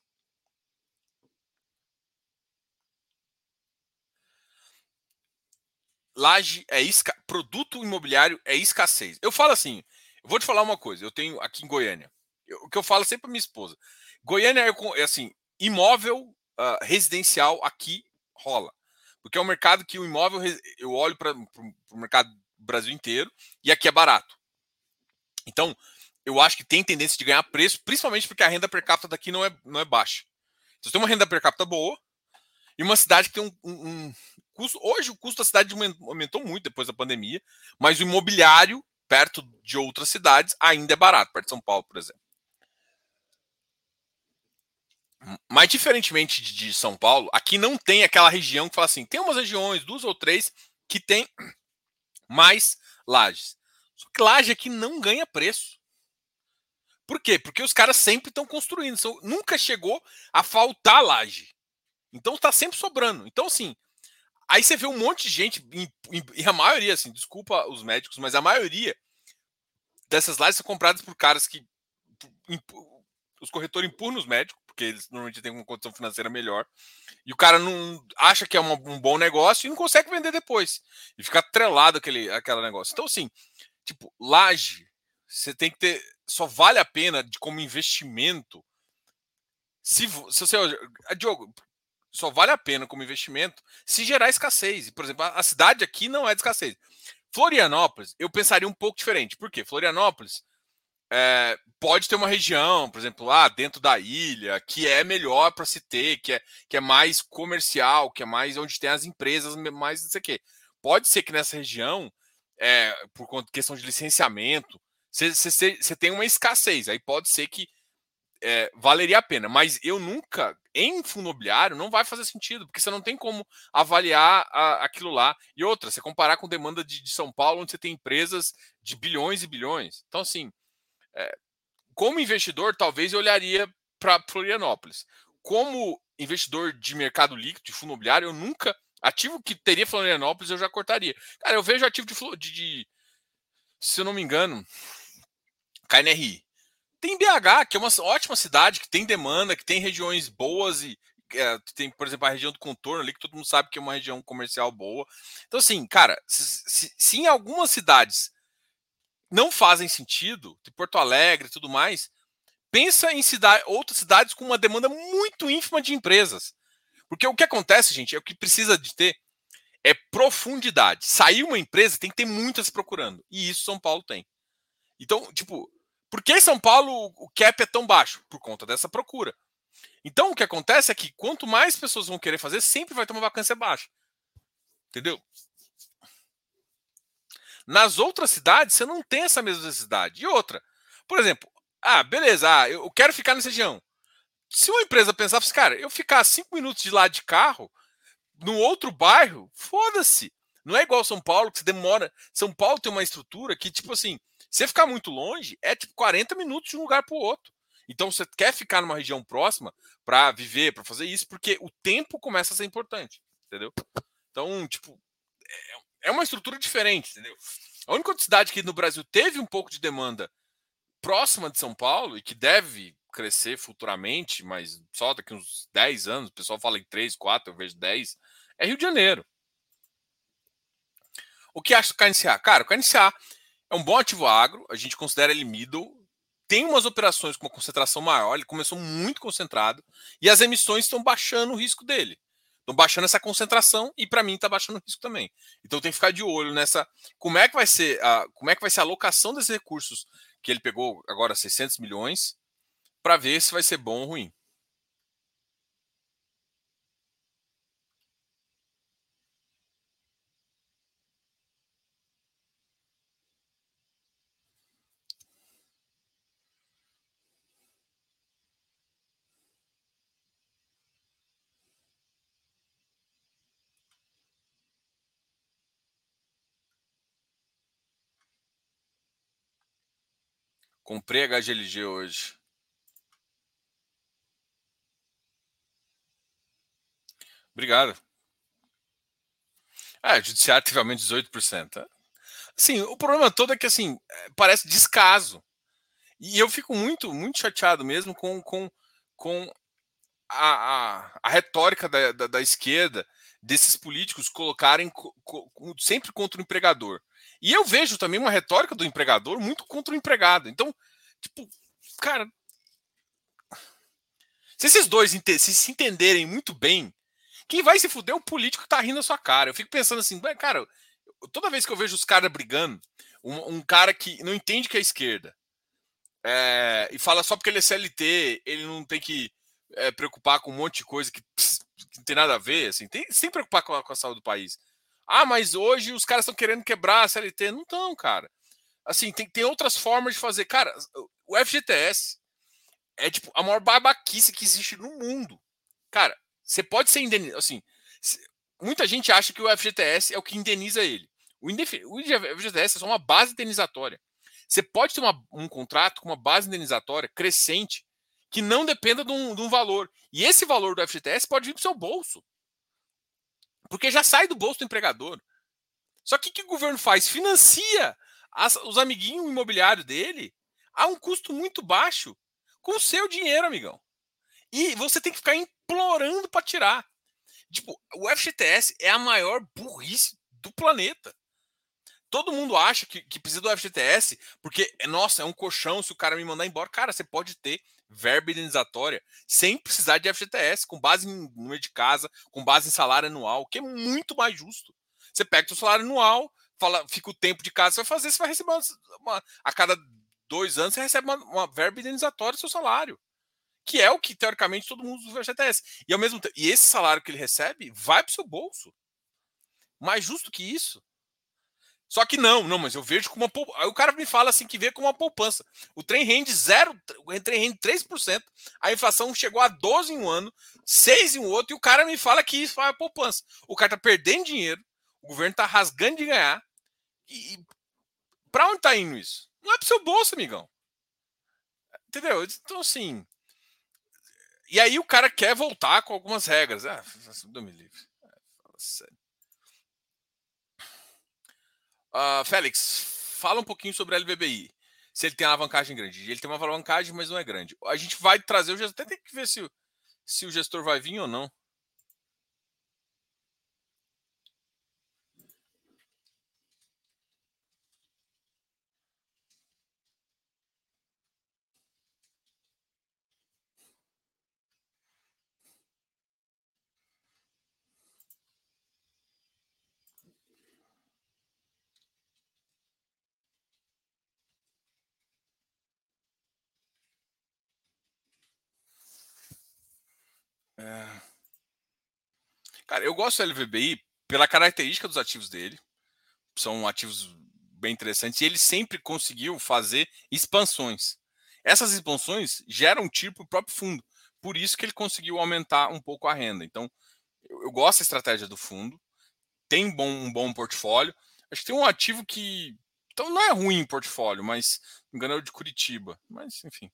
Laje é esca... produto imobiliário é escassez. Eu falo assim, eu vou te falar uma coisa. Eu tenho aqui em Goiânia, eu, o que eu falo sempre para minha esposa. Goiânia é, é assim, imóvel uh, residencial aqui rola, porque é um mercado que o imóvel eu olho para o mercado do Brasil inteiro e aqui é barato. Então, eu acho que tem tendência de ganhar preço, principalmente porque a renda per capita daqui não é, não é baixa. Então, você tem uma renda per capita boa e uma cidade que tem um, um, um custo. Hoje o custo da cidade aumentou muito depois da pandemia, mas o imobiliário perto de outras cidades ainda é barato, perto de São Paulo, por exemplo. Mas diferentemente de São Paulo, aqui não tem aquela região que fala assim, tem umas regiões, duas ou três, que tem mais lajes. Só que laje aqui não ganha preço. Por quê? Porque os caras sempre estão construindo. Então, nunca chegou a faltar laje. Então está sempre sobrando. Então, assim, aí você vê um monte de gente, e a maioria, assim, desculpa os médicos, mas a maioria dessas lajes são compradas por caras que os corretores empurram os médicos, porque eles normalmente têm uma condição financeira melhor, e o cara não acha que é uma, um bom negócio e não consegue vender depois. E fica atrelado aquele, aquele negócio. Então, assim, tipo, laje, você tem que ter. Só vale a pena de como investimento. Se, se você. Diogo, só vale a pena como investimento se gerar escassez. Por exemplo, a cidade aqui não é de escassez. Florianópolis, eu pensaria um pouco diferente. Por quê? Florianópolis é, pode ter uma região, por exemplo, lá dentro da ilha, que é melhor para se ter, que é, que é mais comercial, que é mais onde tem as empresas, mais não sei o quê. Pode ser que nessa região, é, por conta de questão de licenciamento, você tem uma escassez. Aí pode ser que é, valeria a pena. Mas eu nunca, em fundo imobiliário, não vai fazer sentido, porque você não tem como avaliar a, aquilo lá. E outra, você comparar com demanda de, de São Paulo, onde você tem empresas de bilhões e bilhões. Então, assim, é, como investidor, talvez eu olharia para Florianópolis. Como investidor de mercado líquido, de fundo imobiliário, eu nunca. Ativo que teria Florianópolis, eu já cortaria. Cara, eu vejo ativo de, de, de se eu não me engano, K N R I. Tem B H, que é uma ótima cidade, que tem demanda, que tem regiões boas e é, tem, por exemplo, a região do contorno ali, que todo mundo sabe que é uma região comercial boa. Então, assim, cara, se, se, se em algumas cidades não fazem sentido, de Porto Alegre e tudo mais, pensa em cidade, outras cidades com uma demanda muito ínfima de empresas. Porque o que acontece, gente, é o que precisa de ter é profundidade. Sair uma empresa tem que ter muitas procurando. E isso São Paulo tem. Então, tipo, por que São Paulo o cap é tão baixo? Por conta dessa procura. Então, o que acontece é que quanto mais pessoas vão querer fazer, sempre vai ter uma vacância baixa. Entendeu? Nas outras cidades, você não tem essa mesma necessidade. E outra, por exemplo, ah, beleza, ah, eu quero ficar nessa região. Se uma empresa pensar, cara, eu ficar cinco minutos de lá de carro, no outro bairro, foda-se. Não é igual São Paulo, que você demora. São Paulo tem uma estrutura que, tipo assim, se você ficar muito longe, é tipo quarenta minutos de um lugar para o outro. Então você quer ficar numa região próxima para viver, para fazer isso, porque o tempo começa a ser importante, entendeu? Então, tipo, é uma estrutura diferente, entendeu? A única cidade que no Brasil teve um pouco de demanda próxima de São Paulo e que deve crescer futuramente, mas só daqui uns dez anos, o pessoal fala em três, quatro, eu vejo dez, é Rio de Janeiro. O que acha do K N C A? Cara, o K N C A é um bom ativo agro, a gente considera ele middle, tem umas operações com uma concentração maior, ele começou muito concentrado, e as emissões estão baixando o risco dele. Estão baixando essa concentração e, para mim, está baixando o risco também. Então tem que ficar de olho nessa. Como é que vai ser a, como é que vai ser a alocação desses recursos que ele pegou agora seiscentos milhões, para ver se vai ser bom ou ruim. Comprei H G L G hoje. Obrigado. Ah, o judiciário teve aumento de dezoito por cento. Sim, o problema todo é que assim, parece descaso. E eu fico muito, muito chateado mesmo com, com, com a, a, a retórica da, da, da esquerda, desses políticos colocarem co, co, sempre contra o empregador. E eu vejo também uma retórica do empregador muito contra o empregado. Então, tipo, cara, se esses dois se, se entenderem muito bem, quem vai se fuder é o político que tá rindo da sua cara. Eu fico pensando assim, cara, toda vez que eu vejo os caras brigando, um, um cara que não entende que é esquerda, é, e fala só porque ele é C L T, ele não tem que é, preocupar com um monte de coisa que, pss, que não tem nada a ver, assim, tem, sem preocupar com a, com a saúde do país. Ah, mas hoje os caras estão querendo quebrar a C L T. Não estão, cara. Assim, tem, tem outras formas de fazer. Cara, o F G T S é tipo a maior babaquice que existe no mundo. Cara, você pode ser indenizado. Assim, muita gente acha que o F G T S é o que indeniza ele. O, o F G T S é só uma base indenizatória. Você pode ter uma, um contrato com uma base indenizatória crescente que não dependa de um, de um valor. E esse valor do F G T S pode vir para o seu bolso. Porque já sai do bolso do empregador. Só que o que o governo faz? Financia as, os amiguinhos imobiliários dele a um custo muito baixo com o seu dinheiro, amigão. E você tem que ficar implorando para tirar. Tipo, o F G T S é a maior burrice do planeta. todo mundo acha que, que precisa do F G T S porque, nossa, é um colchão se o cara me mandar embora. Cara, você pode ter verba indenizatória sem precisar de F G T S, com base em número de casa, com base em salário anual, que é muito mais justo. Você pega o seu salário anual, fala, fica o tempo de casa, você vai fazer, você vai receber uma, uma, a cada dois anos, você recebe uma, uma verba indenizatória do seu salário. Que é o que, teoricamente, todo mundo usa o F G T S. E, ao mesmo tempo, e esse salário que ele recebe vai para o seu bolso. Mais justo que isso. Só que não, não, mas eu vejo como uma poupança. Aí o cara me fala assim que vê como uma poupança. O trem rende zero, o trem rende três por cento, a inflação chegou a doze em um ano, seis em um outro, e o cara me fala que isso é uma poupança. O cara tá perdendo dinheiro, o governo tá rasgando de ganhar. E, e para onde tá indo isso? Não é pro seu bolso, amigão. Entendeu? Então, assim. E aí o cara quer voltar com algumas regras. Ah, não me livre. Fala sério. Uh, Félix, fala um pouquinho sobre a L V B I. Se ele tem uma alavancagem grande. Ele tem uma alavancagem, mas não é grande. A gente vai trazer o gestor. Até tem que ver se, se o gestor vai vir ou não. É... Cara, eu gosto do L V B I pela característica dos ativos dele. São ativos bem interessantes. E ele sempre conseguiu fazer expansões. Essas expansões geram tiro para o próprio fundo. Por isso que ele conseguiu aumentar um pouco a renda. Então, eu, eu gosto da estratégia do fundo. Tem bom, um bom portfólio. Acho que tem um ativo que. Então não é ruim em portfólio, mas me engano é o de Curitiba. Mas, enfim.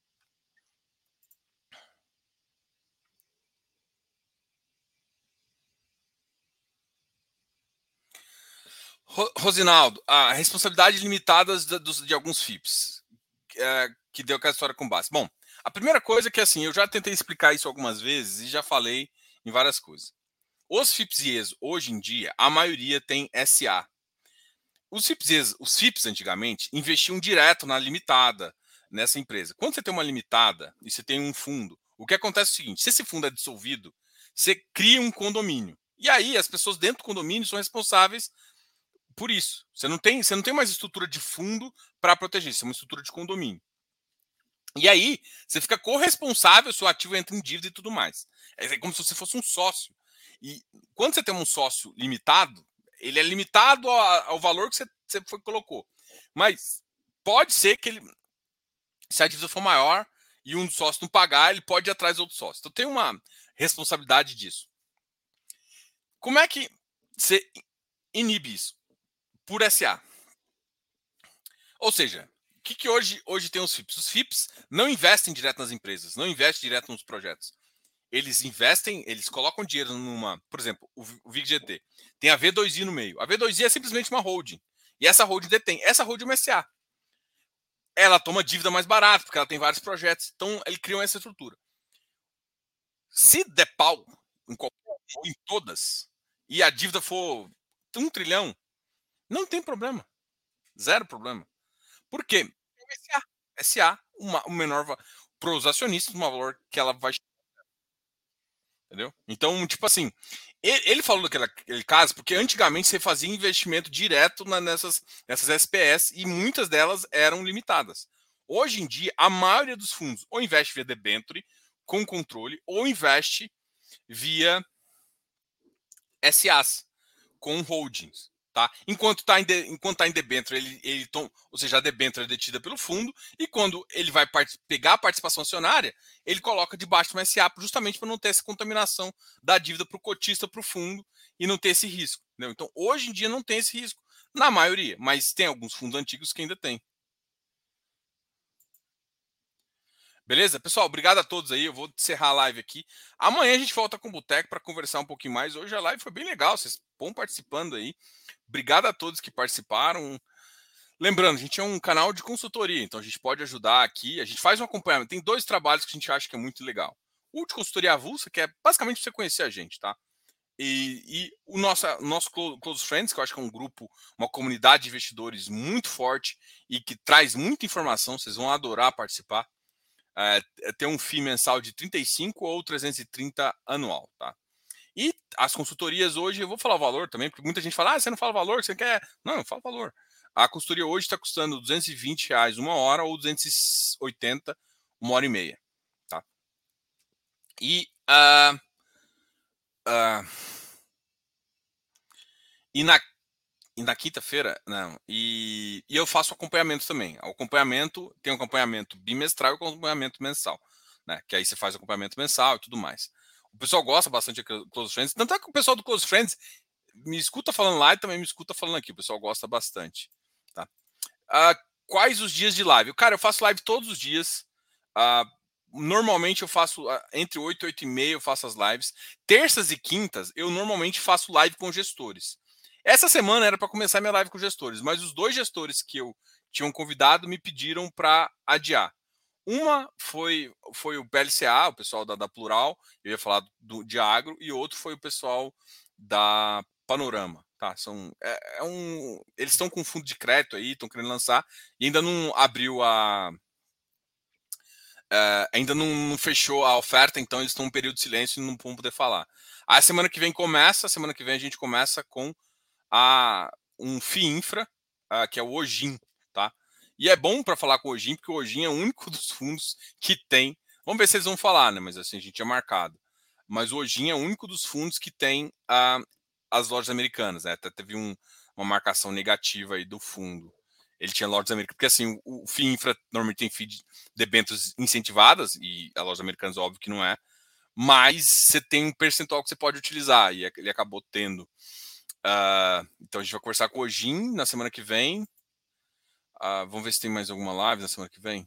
Rosinaldo, a responsabilidade limitada de, de alguns F I Ps, é, que deu aquela história com base. Bom, a primeira coisa é que assim, eu já tentei explicar isso algumas vezes e já falei em várias coisas. Os F I Ps e ES, hoje em dia, a maioria tem S A. Os F I Ps e ES, os F I Ps antigamente, investiam direto na limitada, nessa empresa. Quando você tem uma limitada e você tem um fundo, o que acontece é o seguinte, se esse fundo é dissolvido, você cria um condomínio. E aí as pessoas dentro do condomínio são responsáveis por isso. Você não tem, você não tem mais estrutura de fundo para proteger, isso é uma estrutura de condomínio. E aí, você fica corresponsável se o ativo entra em dívida e tudo mais. É como se você fosse um sócio. E quando você tem um sócio limitado, ele é limitado ao valor que você, você foi, colocou. Mas pode ser que ele, se a dívida for maior e um sócio não pagar, ele pode ir atrás do outro sócio. Então tem uma responsabilidade disso. Como é que você inibe isso? Por S A. Ou seja, o que, que hoje, hoje tem os F I Ps? Os F I Ps não investem direto nas empresas, não investem direto nos projetos. Eles investem, eles colocam dinheiro numa, por exemplo, o, o V I G G T tem a V dois I no meio. A V dois I é simplesmente uma holding. E essa holding detém. Essa holding é uma S A. Ela toma dívida mais barata, porque ela tem vários projetos. Então, eles criam essa estrutura. Se der pau em qualquer ou em todas, e a dívida for um trilhão, não tem problema. Zero problema. Por quê? S A. S A, uma, um menor para os acionistas, um valor que ela vai. Entendeu? Então, tipo assim, ele, ele falou daquele aquele caso porque antigamente você fazia investimento direto na, nessas, nessas S P S e muitas delas eram limitadas. Hoje em dia, a maioria dos fundos ou investe via debenture com controle ou investe via S As com holdings. Tá? Enquanto está em, de, enquanto tá em debênture, ele, ele tom, ou seja, a debênture é detida pelo fundo, e quando ele vai part, pegar a participação acionária, ele coloca debaixo de uma S A justamente para não ter essa contaminação da dívida para o cotista, para o fundo, e não ter esse risco. Entendeu? Então, hoje em dia não tem esse risco, na maioria, mas tem alguns fundos antigos que ainda tem. Beleza? Pessoal, obrigado a todos aí. Eu vou encerrar a live aqui. Amanhã a gente volta com o Boteco para conversar um pouquinho mais. Hoje a live foi bem legal, vocês estão participando aí. Obrigado a todos que participaram. Lembrando, a gente é um canal de consultoria, então a gente pode ajudar aqui. A gente faz um acompanhamento. Tem dois trabalhos que a gente acha que é muito legal. O de consultoria avulsa, que é basicamente para você conhecer a gente, tá? E, e o nosso, nosso Close Friends, que eu acho que é um grupo, uma comunidade de investidores muito forte e que traz muita informação, vocês vão adorar participar. É, tem um F I I mensal de trinta e cinco ou trezentos e trinta anual, tá? E as consultorias hoje, eu vou falar o valor também, porque muita gente fala, ah, você não fala o valor, você quer... Não, eu falo o valor. A consultoria hoje está custando duzentos e vinte reais uma hora ou duzentos e oitenta uma hora e meia, tá? E... Uh, uh, e na E na quinta-feira, não. E, e eu faço acompanhamento também. O acompanhamento tem um acompanhamento bimestral e um acompanhamento mensal, né? Que aí você faz acompanhamento mensal e tudo mais. O pessoal gosta bastante de Close Friends. Tanto é que o pessoal do Close Friends me escuta falando lá e também me escuta falando aqui. O pessoal gosta bastante, tá? Ah, quais os dias de live? Cara, eu faço live todos os dias. Ah, normalmente eu faço ah, entre oito e oito e meia eu faço as lives. Terças e quintas eu normalmente faço live com gestores. Essa semana era para começar minha live com gestores, mas os dois gestores que eu tinham convidado me pediram para adiar. Uma foi, foi o P L C A, o pessoal da, da Plural, eu ia falar do, de agro, e outro foi o pessoal da Panorama. Tá? São, é, é um, eles estão com fundo de crédito aí, estão querendo lançar, e ainda não abriu a. É, ainda não, não fechou a oferta, então eles estão em um período de silêncio e não vão poder falar. A semana que vem começa, a semana que vem a gente começa com a um F I Infra, uh, que é o Ogin, tá? E é bom para falar com o Ogin, porque o Ogin é o único dos fundos que tem. Vamos ver se eles vão falar, né? Mas assim, a gente é marcado. Mas o Ogin é o único dos fundos que tem uh, as lojas americanas, né? Até teve um, uma marcação negativa aí do fundo. Ele tinha lojas americanas, porque assim, o F I Infra normalmente tem F I de debêntures incentivadas, e a loja americana, óbvio que não é, mas você tem um percentual que você pode utilizar, e ele acabou tendo. Uh, então a gente vai conversar com o Ogin na semana que vem. Uh, vamos ver se tem mais alguma live na semana que vem.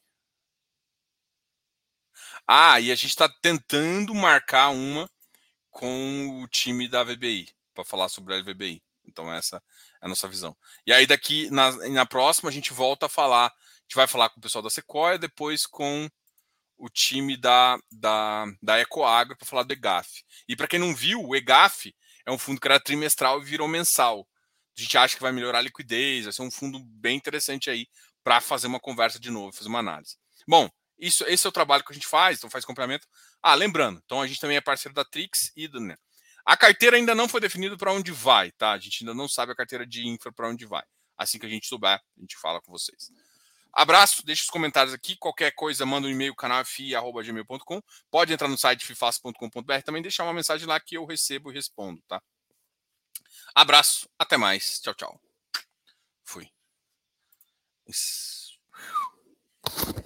Ah, e a gente está tentando marcar uma com o time da V B I para falar sobre a V B I. Então essa é a nossa visão. E aí daqui na, na próxima a gente volta a falar. A gente vai falar com o pessoal da Sequoia, depois com o time da, da, da Ecoagro para falar do EGAF. E para quem não viu, o EGAF é um fundo que era trimestral e virou mensal. A gente acha que vai melhorar a liquidez, vai ser um fundo bem interessante aí para fazer uma conversa de novo, fazer uma análise. Bom, isso, esse é o trabalho que a gente faz, então faz complemento. Ah, lembrando, então a gente também é parceiro da Trix e do N E. A carteira ainda não foi definida para onde vai, tá? A gente ainda não sabe a carteira de infra para onde vai. Assim que a gente souber, a gente fala com vocês. Abraço, deixa os comentários aqui. Qualquer coisa, manda um e-mail, canal f i arroba gmail ponto com. Pode entrar no site fifas ponto com ponto b r também, deixar uma mensagem lá que eu recebo e respondo, tá? Abraço, até mais. Tchau, tchau. Fui. Isso.